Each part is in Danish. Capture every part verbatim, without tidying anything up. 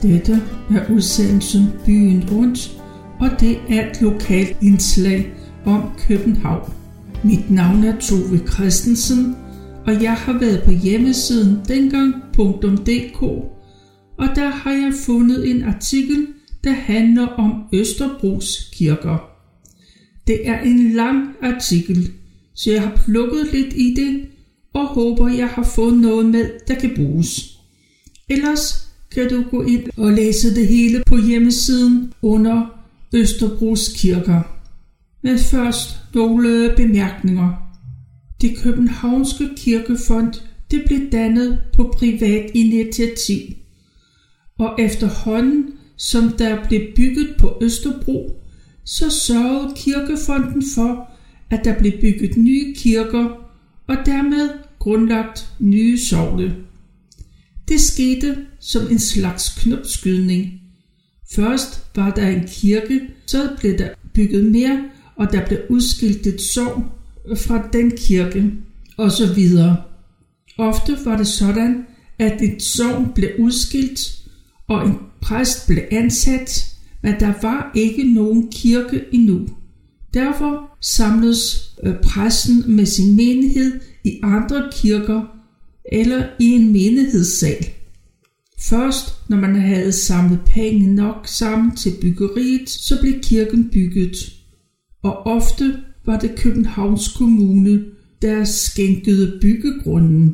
Dette er udsendelsen Byen Rundt, og det er et lokalt indslag om København. Mit navn er Tove Christensen, og jeg har været på hjemmesiden dengang punktum d k, og der har jeg fundet en artikel, der handler om Østerbros kirker. Det er en lang artikel, så jeg har plukket lidt i det, og håber, jeg har fået noget med, der kan bruges. Ellers kan du gå ind og læse det hele på hjemmesiden under Østerbros kirker. Men først nogle bemærkninger. Det københavnske kirkefond det blev dannet på privat initiativ, og efterhånden som der blev bygget på Østerbro, så sørgede kirkefonden for, at der blev bygget nye kirker og dermed grundlagt nye sogne. Det skete som en slags knopskydning. Først var der en kirke, så blev der bygget mere, og der blev udskilt et sogn fra den kirke, og så videre. Ofte var det sådan, at et sogn blev udskilt, og en præst blev ansat, men der var ikke nogen kirke endnu. Derfor samledes præsten med sin menighed i andre kirker eller i en menighedssal. Først når man havde samlet penge nok sammen til byggeriet, så blev kirken bygget. Og ofte var det Københavns Kommune, der skænkede byggegrunden.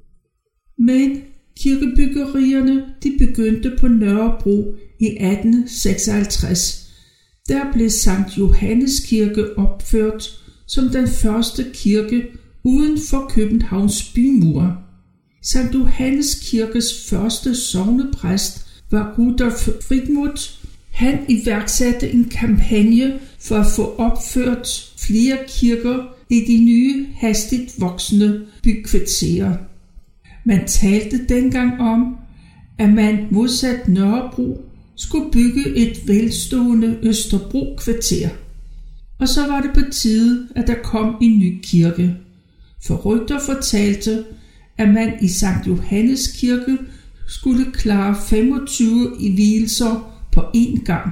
Men kirkebyggerierne de begyndte på Nørrebro i atten seksoghalvtreds. Der blev Sankt Johannes Kirke opført som den første kirke uden for Københavns bymure. Sankt Johannes Kirkes første sognepræst var Rudolf Frimodt. Han iværksatte en kampagne for at få opført flere kirker i de nye, hastigt voksende bykvarterer. Man talte dengang om, at man modsat Nørrebro skulle bygge et velstående Østerbro-kvarter. Og så var det på tide, at der kom en ny kirke. For rygter fortalte, at man i Sankt Johannes Kirke skulle klare femogtyve vielser på én gang.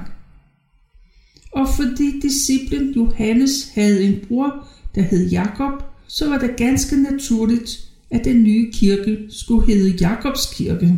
Og fordi disciplen Johannes havde en bror, der hed Jakob, så var det ganske naturligt, at den nye kirke skulle hedde Jakobs Kirke.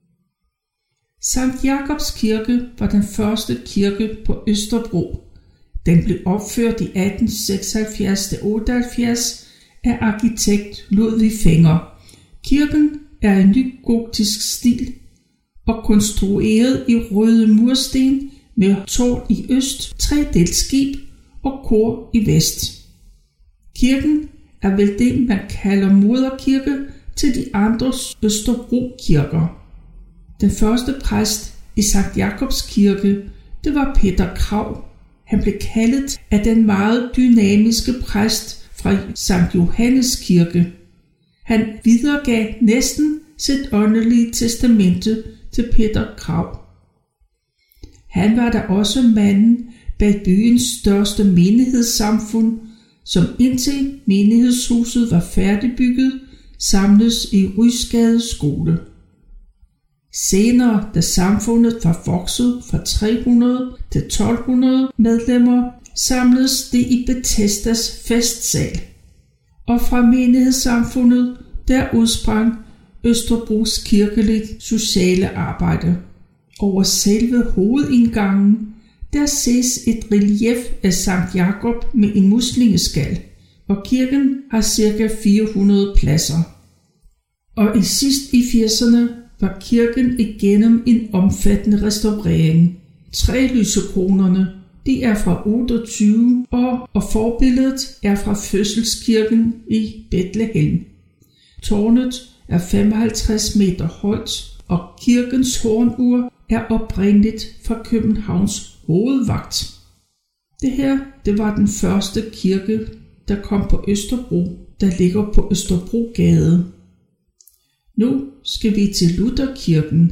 Sankt Jakobs Kirke var den første kirke på Østerbro. Den blev opført i atten seksoghalvfjerds til otteoghalvfjerds af arkitekt Ludvig Fenger. Kirken er en ny gotisk stil og konstrueret i røde mursten med tårn i øst, tredelt skib og kor i vest. Kirken er vel det, man kalder moderkirke til de andre Østerbro-kirker. Den første præst i Sankt Jakobs Kirke, det var Peter Krag. Han blev kaldet af den meget dynamiske præst fra Sankt Johannes Kirke. Han videregav næsten sit åndelige testamente til Peter Krag. Han var da også manden bag byens største menighedssamfund, som indtil menighedshuset var færdigbygget, samledes i Rysgade skole. Senere, da samfundet var vokset fra tre hundrede til tolv hundrede medlemmer, samledes det i Bethesdas festsal. Og fra menighedssamfundet, der udsprang Østerbros kirkeligt sociale arbejde. Over selve hovedindgangen, der ses et relief af Sankt Jakob med en muslingeskal, og kirken har ca. fire hundrede pladser. Og i sidst i firserne var kirken igennem en omfattende restaurering. Trælysekronerne, de er fra otteogtyve år, og forbilledet er fra fødselskirken i Bethlehem. Tårnet er femoghalvtreds meter højt, og kirkens hornur er oprindeligt fra Københavns hovedvagt. Det her, det var den første kirke, der kom på Østerbro, der ligger på Østerbrogade. Nu skal vi til Lutherkirken.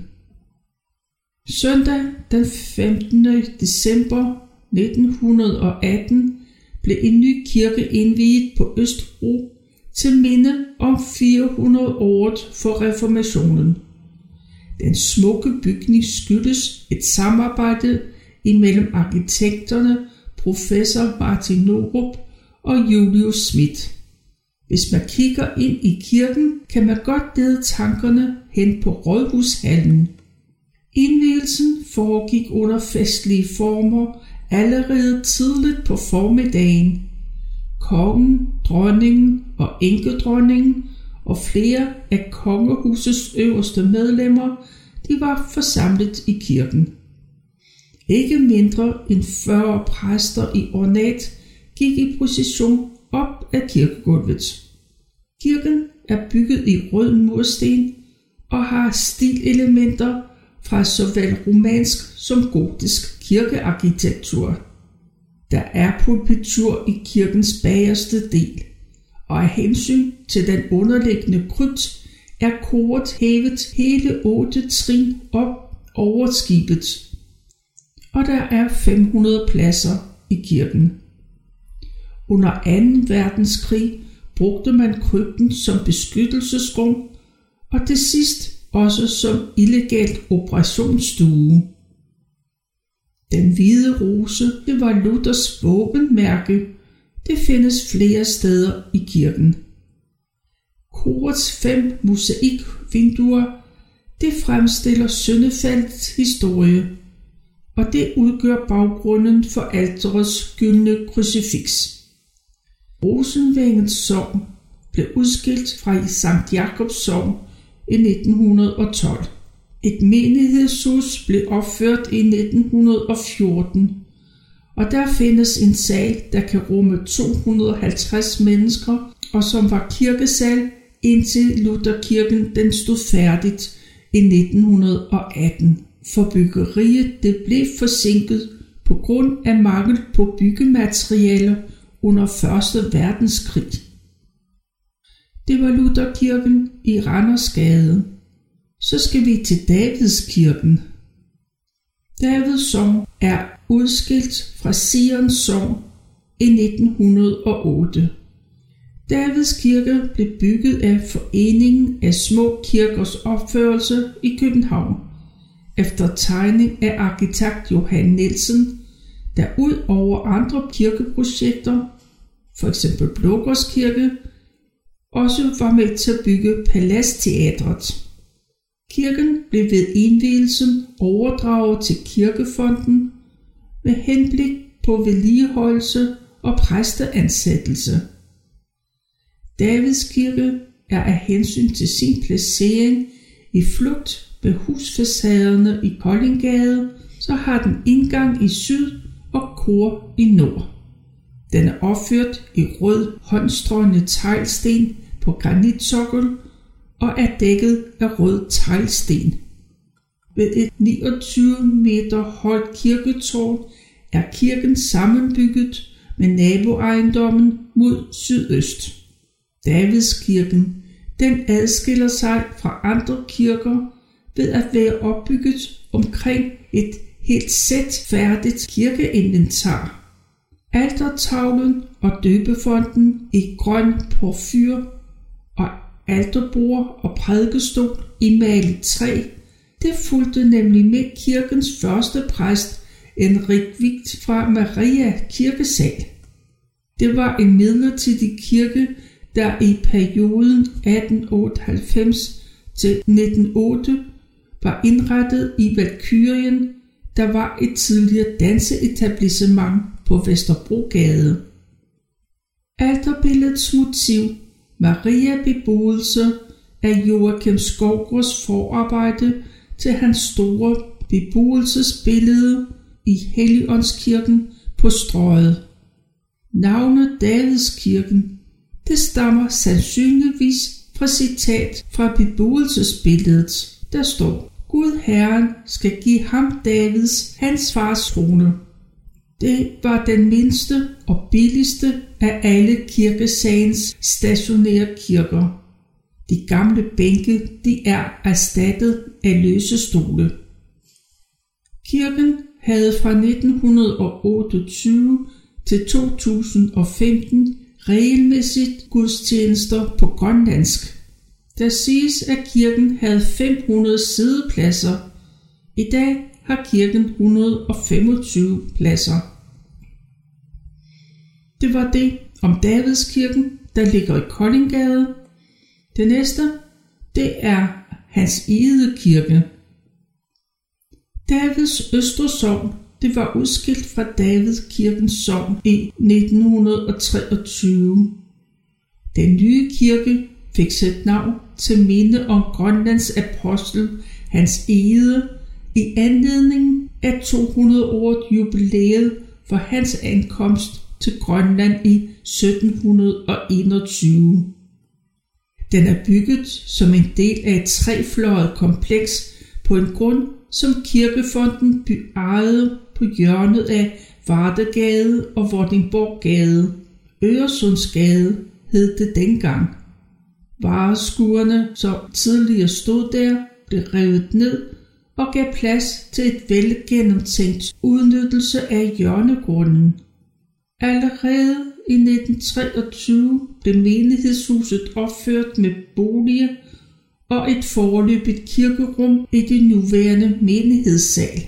Søndag den femtende december nitten atten blev en ny kirke indviet på Østerbro til minde om fire hundrede året for reformationen. Den smukke bygning skyldes et samarbejde imellem arkitekterne professor Martin Norup og Julius Schmidt. Hvis man kigger ind i kirken, kan man godt lede tankerne hen på Rådhushallen. Indvielsen foregik under festlige former allerede tidligt på formiddagen. Kongen, dronningen og enkedronningen og flere af kongehusets øverste medlemmer, de var forsamlet i kirken. Ikke mindre end fyrre præster i ornat gik i procession op ad kirkegulvet. Kirken er bygget i rød mursten og har stilelementer fra såvel romansk som gotisk kirkearkitektur. Der er pulpitur i kirkens bagerste del, og af hensyn til den underliggende krypt er koret hævet hele otte trin op over skibet, og der er fem hundrede pladser i kirken. Under anden verdenskrig brugte man krypten som beskyttelsesrum, og til sidst også som illegalt operationsstue. Den hvide rose, det var Luthers våbenmærke. Det findes flere steder i kirken. Korets fem mosaikvinduer, det fremstiller syndefaldets historie, og det udgør baggrunden for alterets gyldne krucifiks. Rosenvænget sogn blev udskilt fra Sankt Jakobs sogn i nitten hundrede og tolv. Et menighedshus blev opført i nitten fjorten, og der findes en sal, der kan rumme to hundrede og halvtreds mennesker, og som var kirkesal indtil Lutherkirken den stod færdigt i nitten atten. For byggeriet det blev forsinket på grund af mangel på byggematerialer under første verdenskrig. Det var Lutherkirken i Randersgade. Så skal vi til Davidskirken. Davids sogn er udskilt fra Sions sogn i nitten hundrede og otte. Davids kirke blev bygget af Foreningen af Små Kirkers Opførelse i København, efter tegning af arkitekt Johan Nielsen, der ud over andre kirkeprojekter, f.eks. Blågårds Kirke, også var med til at bygge Paladsteatret. Kirken blev ved indvielsen overdraget til Kirkefonden med henblik på vedligeholdelse og præsteansættelse. Davids kirke er af hensyn til sin placering i flugt med husfacaderne i Koldinggade, så har den indgang i syd og kor i nord. Den er opført i rød håndstrøgne teglsten på granitsokkel og er dækket af rød teglsten. Ved et niogtyve meter højt kirketårn er kirken sammenbygget med naboejendommen mod sydøst. Davidskirken, den adskiller sig fra andre kirker ved at være opbygget omkring et helt sæt færdigt kirkeinventar. Altertavlen og døbefonten i grøn porfyr og alterbord og prædikestol i malet træ, det fulgte nemlig med kirkens første præst, Henrik Vigt fra Maria Kirkesal. Det var en midlertidig kirke, der i perioden atten otteoghalvfems til nitten hundrede og otte var indrettet i Valkyrien, der var et tidligere danseetablissement på Vesterbrogade. Alterbilledets motiv, Maria beboelse, er Joachim Skovgaards forarbejde til hans store beboelsesbillede i Helligåndskirken på Strøget. Navnet Davidskirken, det stammer sandsynligvis fra citat fra beboelsesbilledet, der står: Gud Herren skal give ham Davids, hans fars trone. Det var den mindste og billigste af alle kirkesagens stationære kirker. De gamle bænke, de er erstattet af løsestole. Kirken havde fra nitten otteogtyve til to tusind og femten regelmæssigt gudstjenester på grønlandsk. Der siges, at kirken havde fem hundrede siddepladser. I dag har kirken et hundrede og femogtyve pladser. Det var det om Davidskirken, der ligger i Koldinggade. Det næste, det er Hans Egede Kirke. Davids Østre Sogn, det var udskilt fra Davidskirkens sogn i nitten treogtyve. Den nye kirke fik sit navn til minde om Grønlands apostel Hans Egede i anledning af to hundrede års jubilæet for hans ankomst til Grønland i sytten enogtyve. Den er bygget som en del af et trefløjet kompleks på en grund, som Kirkefonden ejede på hjørnet af Vardegade og Vordingborggade. Øresundsgade hed det dengang. Vareskurene, som tidligere stod der, blev revet ned og gav plads til et velgennemtænkt udnyttelse af hjørnegrunden. Allerede i nitten treogtyve blev menighedshuset opført med boliger og et foreløbigt kirkerum i det nuværende menighedssal.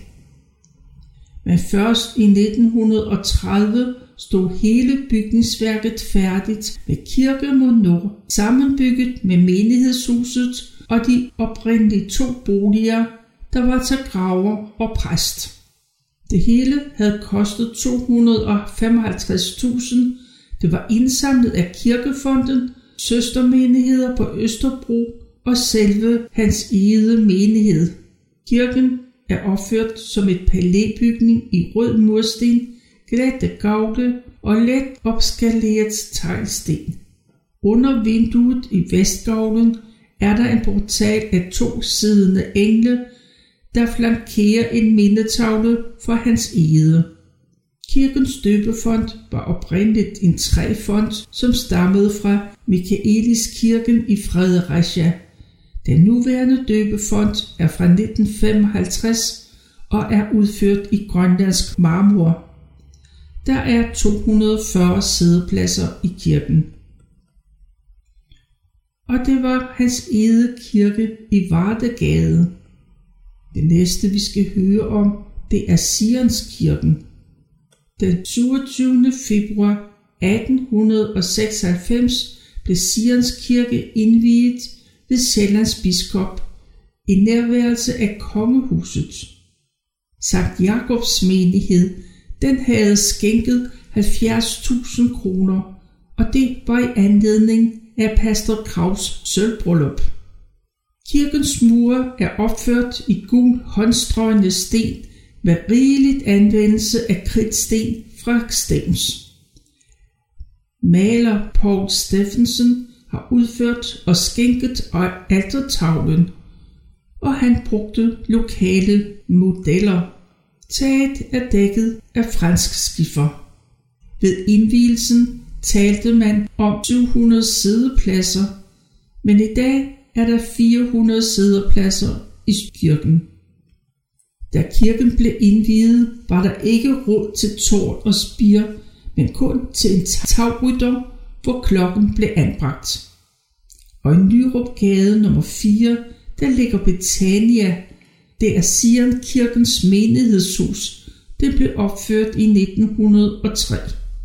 Men først i nitten tredive stod hele bygningsværket færdigt med Kirke mod Nord, sammenbygget med menighedshuset og de oprindelige to boliger, der var til graver og præst. Det hele havde kostet to hundrede og femoghalvtreds tusind. Det var indsamlet af Kirkefonden, søstermenigheder på Østerbro og selve Hans Egede menighed. Kirken er opført som et palæbygning i rød mursten, glatte gavle og let opskaleret teglsten. Under vinduet i vestgavlen er der en portal af to siddende engle, der flankerer en mindetavle for Hans Egede. Kirkens døbefont var oprindeligt en træfont, som stammede fra Michaeliskirken i Fredericia. Den nuværende døbefont er fra nitten femoghalvtreds og er udført i grønlandsk marmor. Der er to hundrede og fyrre siddepladser i kirken. Og det var Hans Egede Kirke i Vardegade. Det næste vi skal høre om, det er Sionskirken. Den syvogtyvende februar atten seksoghalvfems blev Sionskirke indviet ved Sjællands biskop i nærværelse af kongehuset. Sankt Jakobs menighed, den havde skænket halvfjerds tusind kroner, og det var i anledning af pastor Kraus sølvbryllup. Kirkens mure er opført i gul håndstrøgne sten med rigeligt anvendelse af kridtsten fra Stevns. Maler Paul Steffensen har udført og skænket altertavlen, og han brugte lokale modeller. Taget er dækket af fransk skifer. Ved indvielsen talte man om syv hundrede siddepladser, men i dag er der fire hundrede siddepladser i kirken. Da kirken blev indviet, var der ikke råd til tårn og spir, men kun til en tagrytter, hvor klokken blev anbragt. Og i Nyrupgade nummer fire, der ligger Betania. Det er Sionkirkens menighedshus. Det blev opført i nitten hundrede og tre.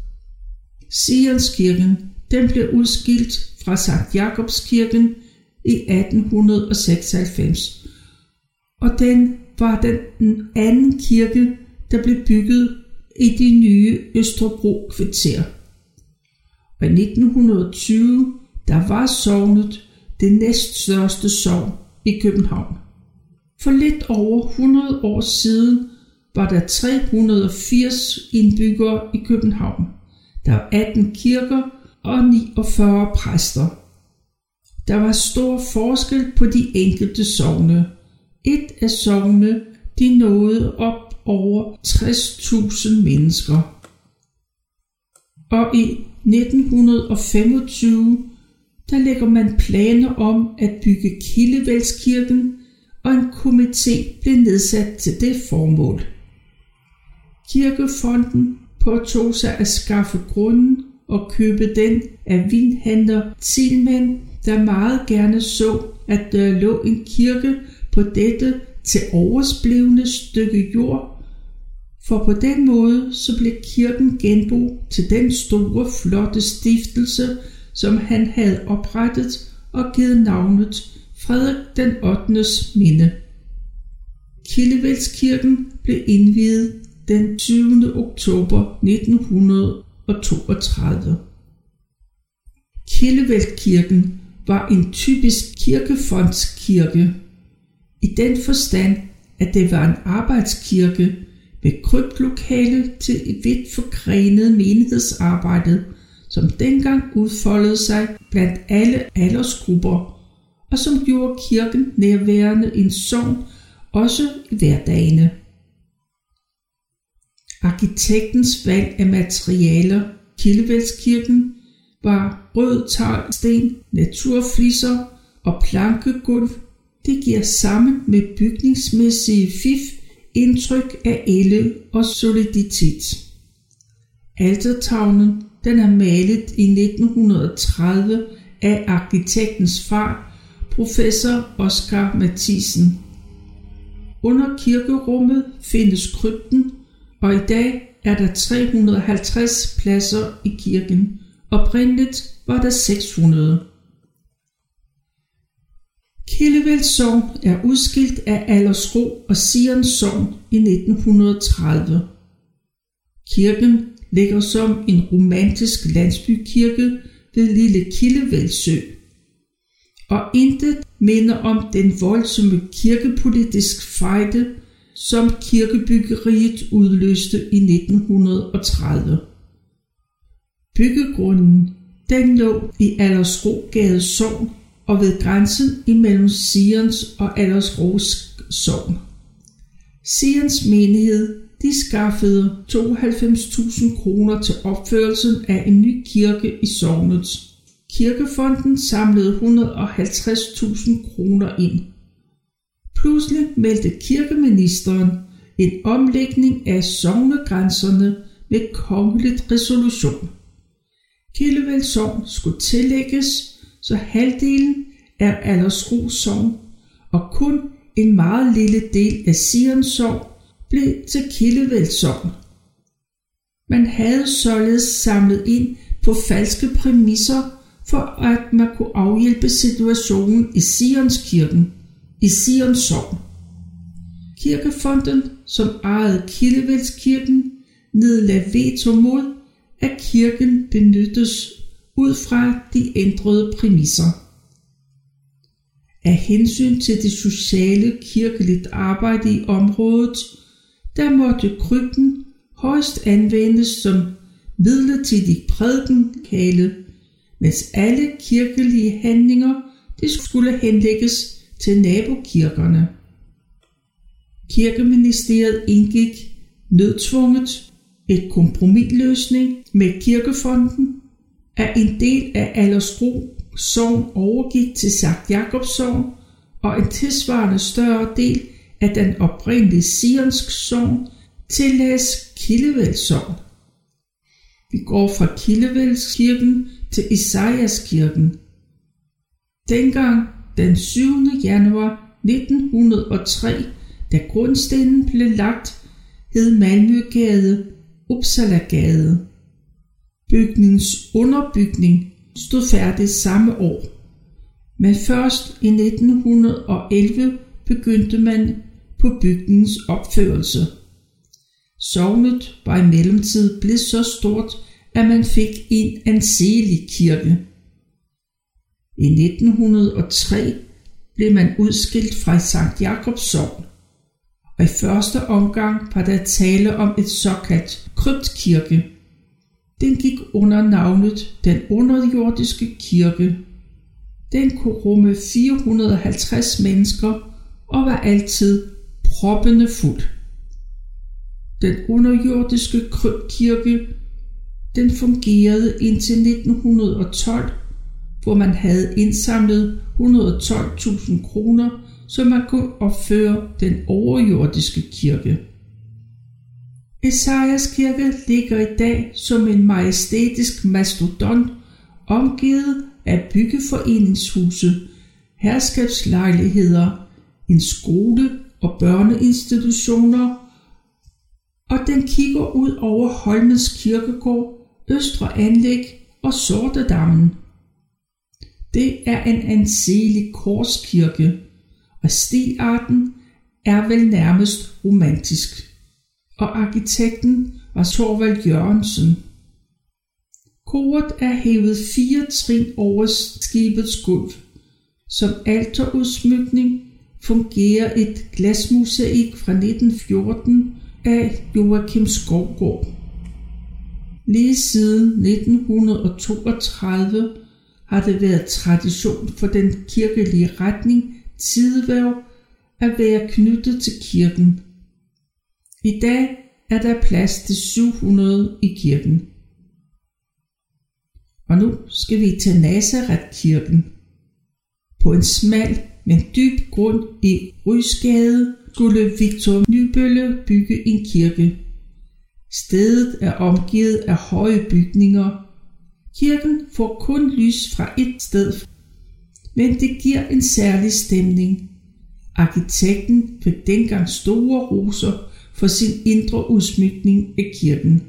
Sionskirken, den blev udskilt fra Sankt Jakobskirken i atten seksoghalvfems, og den var den anden kirke, der blev bygget i det nye Østerbro kvarter. Og i nitten tyve, der var sognet det næststørste sogn i København. For lidt over hundrede år siden var der tre hundrede og firs indbyggere i København. Der var atten kirker og niogfyrre præster. Der var stor forskel på de enkelte sogne. Et af sogne, de nåede op over tres tusind mennesker. Og i nitten femogtyve, der lægger man planer om at bygge Kildevælskirken, og en komité blev nedsat til det formål. Kirkefonden påtog sig at skaffe grunden og købe den af vinhandler Thielmann der meget gerne så, at der lå en kirke på dette til oversblevne stykke jord, for på den måde så blev kirken genbo til den store, flotte stiftelse, som han havde oprettet og givet navnet Frederik den ottendes minde. Kildevælskirken blev indviet den syvende oktober nitten toogtredive. Kildevælskirken var en typisk kirkefondskirke, i den forstand, at det var en arbejdskirke med kryptlokale til et vidt forgrenet menighedsarbejde, som dengang udfoldede sig blandt alle aldersgrupper, og som gjorde kirken nærværende i en sogn også i hverdagene. Arkitektens valg af materialer Kildevælskirken var rød teglsten, naturfliser og plankegulv. Det giver sammen med bygningsmæssige fif indtryk af ælde og soliditet. Altertavlen den er malet i nitten tredive af arkitektens far, professor Oscar Mathiesen. Under kirkerummet findes krypten, og i dag er der tre hundrede og halvtreds pladser i kirken. Oprindeligt var der seks hundrede. Kildevælsk Sogn er udskilt af Aldersro og Sions Sogn i nitten tredive. Kirken ligger som en romantisk landsbykirke ved Lille Kildevælsø, og intet minder om den voldsomme kirkepolitisk fejde, som kirkebyggeriet udløste i nitten tredive. Byggegrunden den lå i Aldersrogade Sogn og ved grænsen imellem Sions og Aldersro Sogn. Sions menighed de skaffede tooghalvfems tusind kroner til opførelsen af en ny kirke i sognet. Kirkefonden samlede et hundrede og halvtreds tusind kroner ind. Pludselig meldte kirkeministeren en omlægning af sognegrænserne med kongeligt resolution. Kildevælsk Sogn skulle tillægges, så halvdelen af Aldersro Sogn og kun en meget lille del af Sions Sogn blev til Kildevælsk Sogn. Man havde således samlet ind på falske præmisser for at man kunne afhjælpe situationen i Sionskirken i Sions Sogn. Kirkefonden, som ejede Kildevælskirken, nedlagde veto mod, at kirken benyttes ud fra de ændrede præmisser. Af hensyn til det sociale kirkeligt arbejde i området, der måtte krypten højst anvendes som midlertidig prædikenlokale, mens alle kirkelige handlinger de skulle henlægges til nabokirkerne. Kirkeministeriet indgik nødtvunget et kompromisløsning med kirkefonden, at en del af Aldersro Sogn overgik til Sankt Jakobs Sogn, og en tilsvarende større del af den oprindelige Sionsk Sogn tillagdes Kildevælsk Sogn. Vi går fra Kildevælskirken til Esajaskirken. Dengang den syvende januar nitten hundrede og tre, da grundstenen blev lagt, hed Malmøgade Uppsalagade. Bygningens underbygning stod færdig samme år, men først i nitten hundrede og elleve begyndte man på bygningens opførelse. Sognet var i mellemtid blevet så stort, at man fik en anselig kirke. I nitten hundrede og tre blev man udskilt fra Sankt Jakobs Sogn, og i første omgang var der tale om et såkaldt kryptkirke. Den gik under navnet Den underjordiske kirke. Den kunne rumme fire hundrede og halvtreds mennesker og var altid proppende fuld. Den underjordiske kryptkirke den fungerede indtil nitten hundrede og tolv, hvor man havde indsamlet et hundrede og tolv tusind kroner, så man kunne opføre den overjordiske kirke. Esajas kirke ligger i dag som en majestætisk mastodont, omgivet af byggeforeningshuse, herskabslejligheder, en skole og børneinstitutioner, og den kigger ud over Holmens Kirkegård, Østre Anlæg og Sortedammen. Det er en anselig korskirke, og stilarten er vel nærmest romantisk, og arkitekten var Thorvald Jørgensen. Koret er hævet fire trin over skibets gulv. Som alterudsmykning fungerer et glasmosaik fra nitten fjorten af Joachim Skovgaard. Lige siden nitten toogtredive har det været tradition for den kirkelige retning Tidehverv at være knyttet til kirken. I dag er der plads til syv hundrede i kirken. Og nu skal vi til Nazareth-kirken. På en smal, men dyb grund i Rysgade skulle Victor Nybølle bygge en kirke. Stedet er omgivet af høje bygninger. Kirken får kun lys fra et sted, men det giver en særlig stemning. Arkitekten fik dengang store roser for sin indre udsmykning af kirken.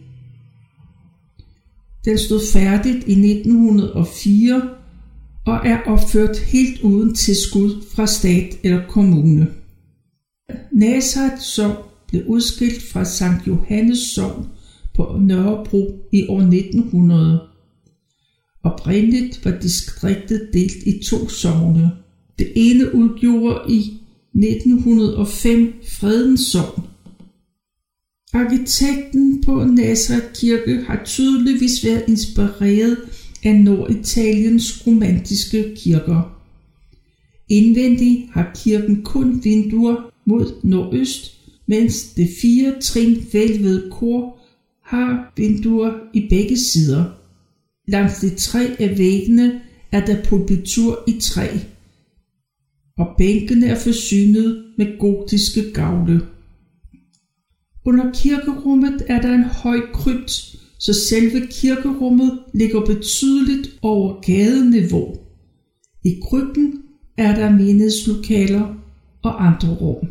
Den stod færdigt i nitten hundrede og fire og er opført helt uden tilskud fra stat eller kommune. Nazareth Sogn blev udskilt fra Sankt Johannes Sogn på Nørrebro i år nitten hundrede. Oprindeligt var distriktet delt i to sogne. Det ene udgjorde i nitten hundrede og fem Fredens Sogn. Arkitekten på Nazareth Kirke har tydeligvis været inspireret af Norditaliens romantiske kirker. Indvendigt har kirken kun vinduer mod nordøst, mens det fire trin hvælvede kor har vinduer i begge sider. Langs de tre af væggene er der pulpitur i træ, og bænkene er forsynet med gotiske gavle. Under kirkerummet er der en høj krypt, så selve kirkerummet ligger betydeligt over gadeniveau. I krypten er der menighedslokaler og andre rum.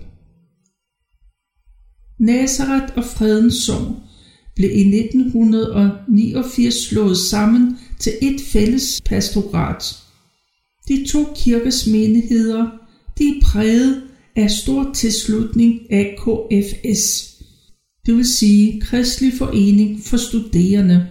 Nazareth og Fredens Sogn blev i nitten niogfirs slået sammen til et fælles pastorat. De to kirkers menigheder, de er præget af stor tilslutning af K F S, det vil sige Kristelig Forening for Studerende.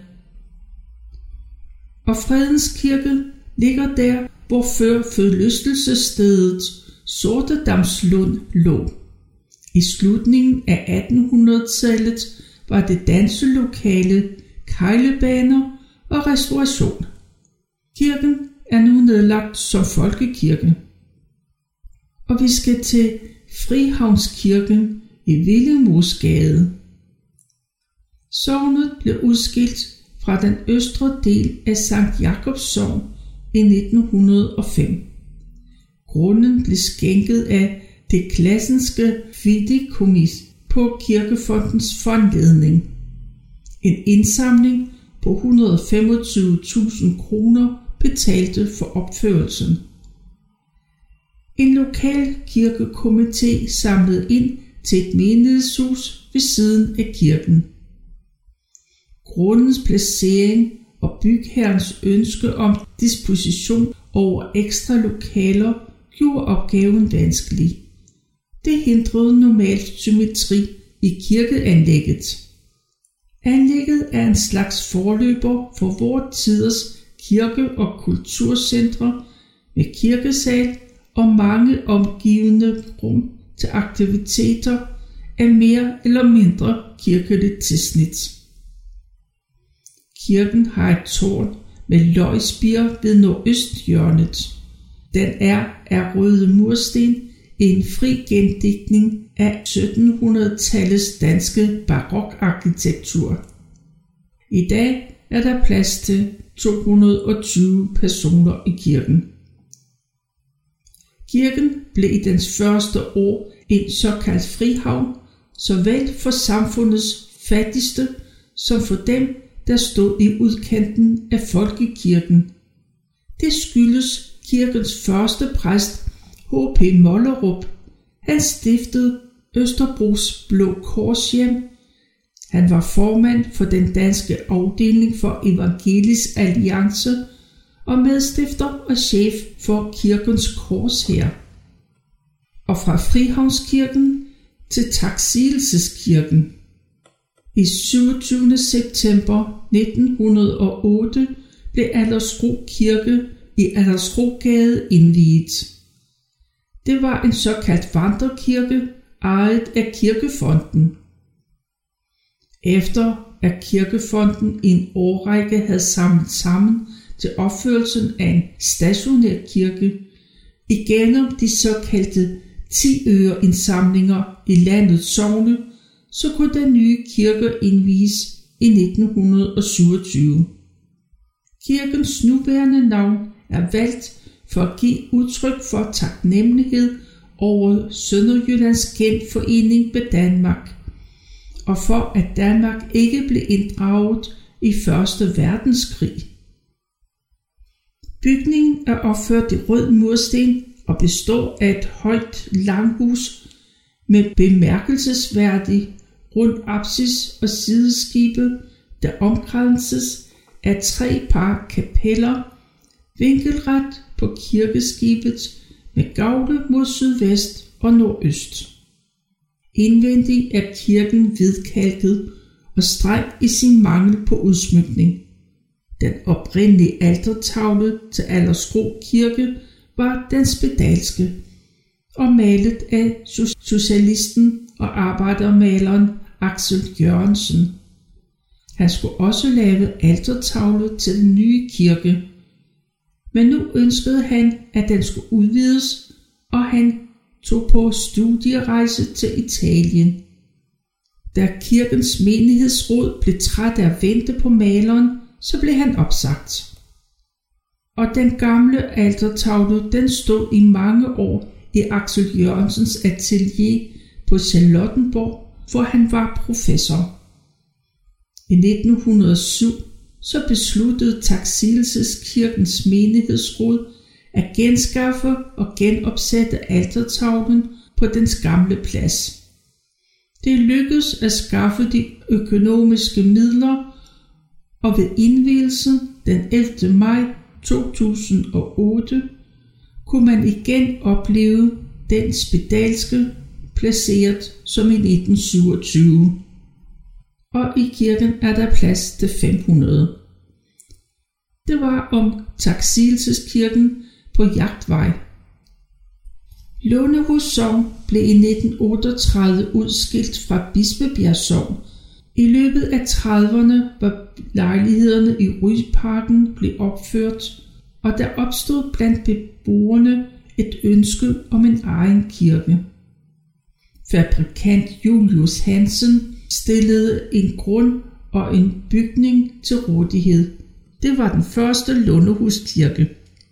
Og Fredens Kirke ligger der, hvor før forlystelsesstedet Sortedamslund lå. I slutningen af attenhundredetallet var det danselokale, kejlebaner og restauration. Kirken er nu nedlagt som folkekirke. Og vi skal til Frihavnskirken i Villemosgade. Sognet blev udskilt fra den østre del af Sankt Jakobs Sogn i nitten hundrede og fem. Grunden blev skænket af det Classenske Fideikommis på Kirkefondens foranledning. En indsamling på et hundrede og femogtyve tusind kroner betalte for opførelsen. En lokal kirkekomité samlede ind til et menighedshus ved siden af kirken. Grundens placering og bygherrens ønske om disposition over ekstra lokaler gjorde opgaven vanskelig. Det hindrede normalt symmetri i kirkeanlægget. Anlægget er en slags forløber for vor tiders kirke- og kulturcentre med kirkesal og mange omgivende rum til aktiviteter af mere eller mindre kirkeligt tilsnit. Kirken har et tårn med løgspir ved nordøsthjørnet. Den er af røde mursten, en fri gendigtning af syttenhundredetallets danske barokarkitektur. I dag er der plads til to hundrede og tyve personer i kirken. Kirken blev i dens første år en såkaldt frihavn, såvel for samfundets fattigste som for dem, der stod i udkanten af folkekirken. Det skyldes kirkens første præst, H P Mollerup. Han stiftede Østerbros Blå Korshjem. Han var formand for den danske afdeling for Evangelisk Alliance og medstifter og chef for kirkens korshær. Og fra Frihavnskirken til Taksigelseskirken. I syvogtyvende september nitten hundrede og otte blev Aldersro Kirke i Aldersrogade indviet. Det var en såkaldt vandrekirke, ejet af Kirkefonden. Efter at Kirkefonden i en årrække havde samlet sammen til opførelsen af en stationær kirke, igennem de såkaldte ti-øre-indsamlinger i landets sogne, så kunne den nye kirke indvies i nitten syvogtyve. Kirkens nuværende navn er valgt for at give udtryk for taknemmelighed over Sønderjyllands Genforening med Danmark, og for at Danmark ikke blev inddraget i første verdenskrig. Bygningen er opført i rød mursten og består af et højt langhus med bemærkelsesværdig rund apsis og sideskibe, der omkranses af tre par kapeller, vinkelret på kirkeskibet med gavle mod sydvest og nordøst. Indvendig er kirken hvidkalket og streng i sin mangel på udsmykning. Den oprindelige altertavle til Aldersro Kirke var den spedalske og malet af socialisten og arbejdermaleren Axel Jørgensen. Han skulle også lave altertavle til den nye kirke, men nu ønskede han, at den skulle udvides, og han tog på studierejse til Italien. Da kirkens menighedsråd blev træt af at vente på maleren, så blev han opsagt. Og den gamle altertavle, den stod i mange år i Axel Jørgensens atelier på Charlottenborg, hvor han var professor. I nitten hundrede og syv så besluttede Taksigelseskirkens menighedsråd at genskaffe og genopsætte altertavlen på dens gamle plads. Det lykkedes at skaffe de økonomiske midler, og ved indvielsen den ellevte maj to tusind og otte kunne man igen opleve den spedalske placeret som i nitten syvogtyve. Og i kirken er der plads til fem hundrede. Det var om Taksigelseskirken på Jagtvej. Lundehus Sogn blev i nitten otteogtredive udskilt fra Bispebjerg Sogn. I løbet af trediverne var lejlighederne i Ryparken blev opført, og der opstod blandt beboerne et ønske om en egen kirke. Fabrikant Julius Hansen stillede en grund og en bygning til rådighed. Det var den første Lundehuskirke.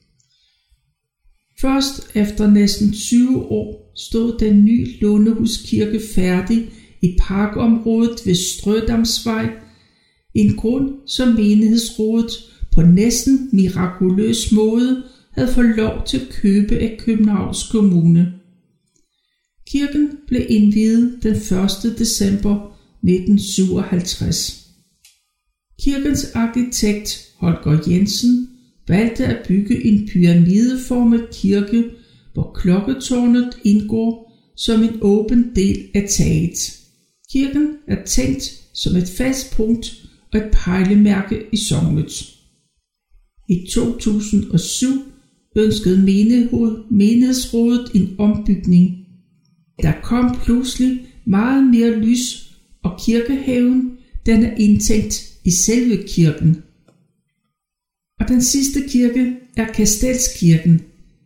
Først efter næsten tyve år stod den nye Lundehuskirke færdig i parkområdet ved Strødamsvej, en grund som menighedsrådet på næsten mirakuløs måde havde fået lov til at købe af Københavns Kommune. Kirken blev indviet den første december nitten syvoghalvtreds. Kirkens arkitekt Holger Jensen valgte at bygge en pyramideformet kirke, hvor klokketårnet indgår som en åben del af taget. Kirken er tænkt som et fast punkt og et pejlemærke i sognet. I to tusind og syv ønskede menighedsrådet en ombygning. Der kom pludselig meget mere lys, og kirkehaven den er indtænkt i selve kirken. Og den sidste kirke er Kastelskirken.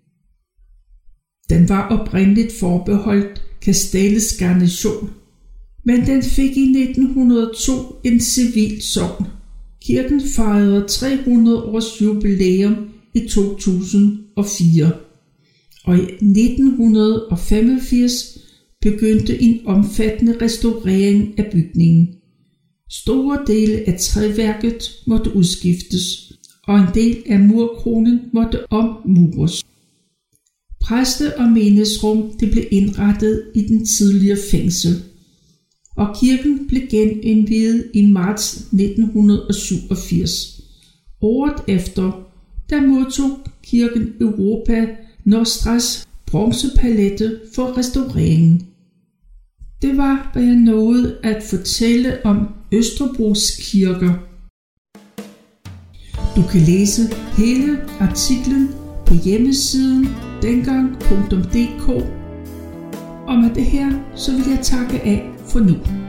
Den var oprindeligt forbeholdt Kastelles garnison, men den fik i nitten hundrede og to en civil sogn. Kirken fejrede tre hundrede års jubilæum i to tusind og fire, og i nitten femogfirs begyndte en omfattende restaurering af bygningen. Store dele af træværket måtte udskiftes, og en del af murkronen måtte ommures. Præste- og menighedsrum det blev indrettet i den tidligere fængsel, og kirken blev genindviet i marts nitten syvogfirs. Året efter, der modtog kirken Europa Nostras bronzepalette for restaureringen. Det var, hvad jeg nåede at fortælle om Østerbros kirker. Du kan læse hele artiklen på hjemmesiden dengang punktum d k. Og med det her, så vil jeg takke af for nu.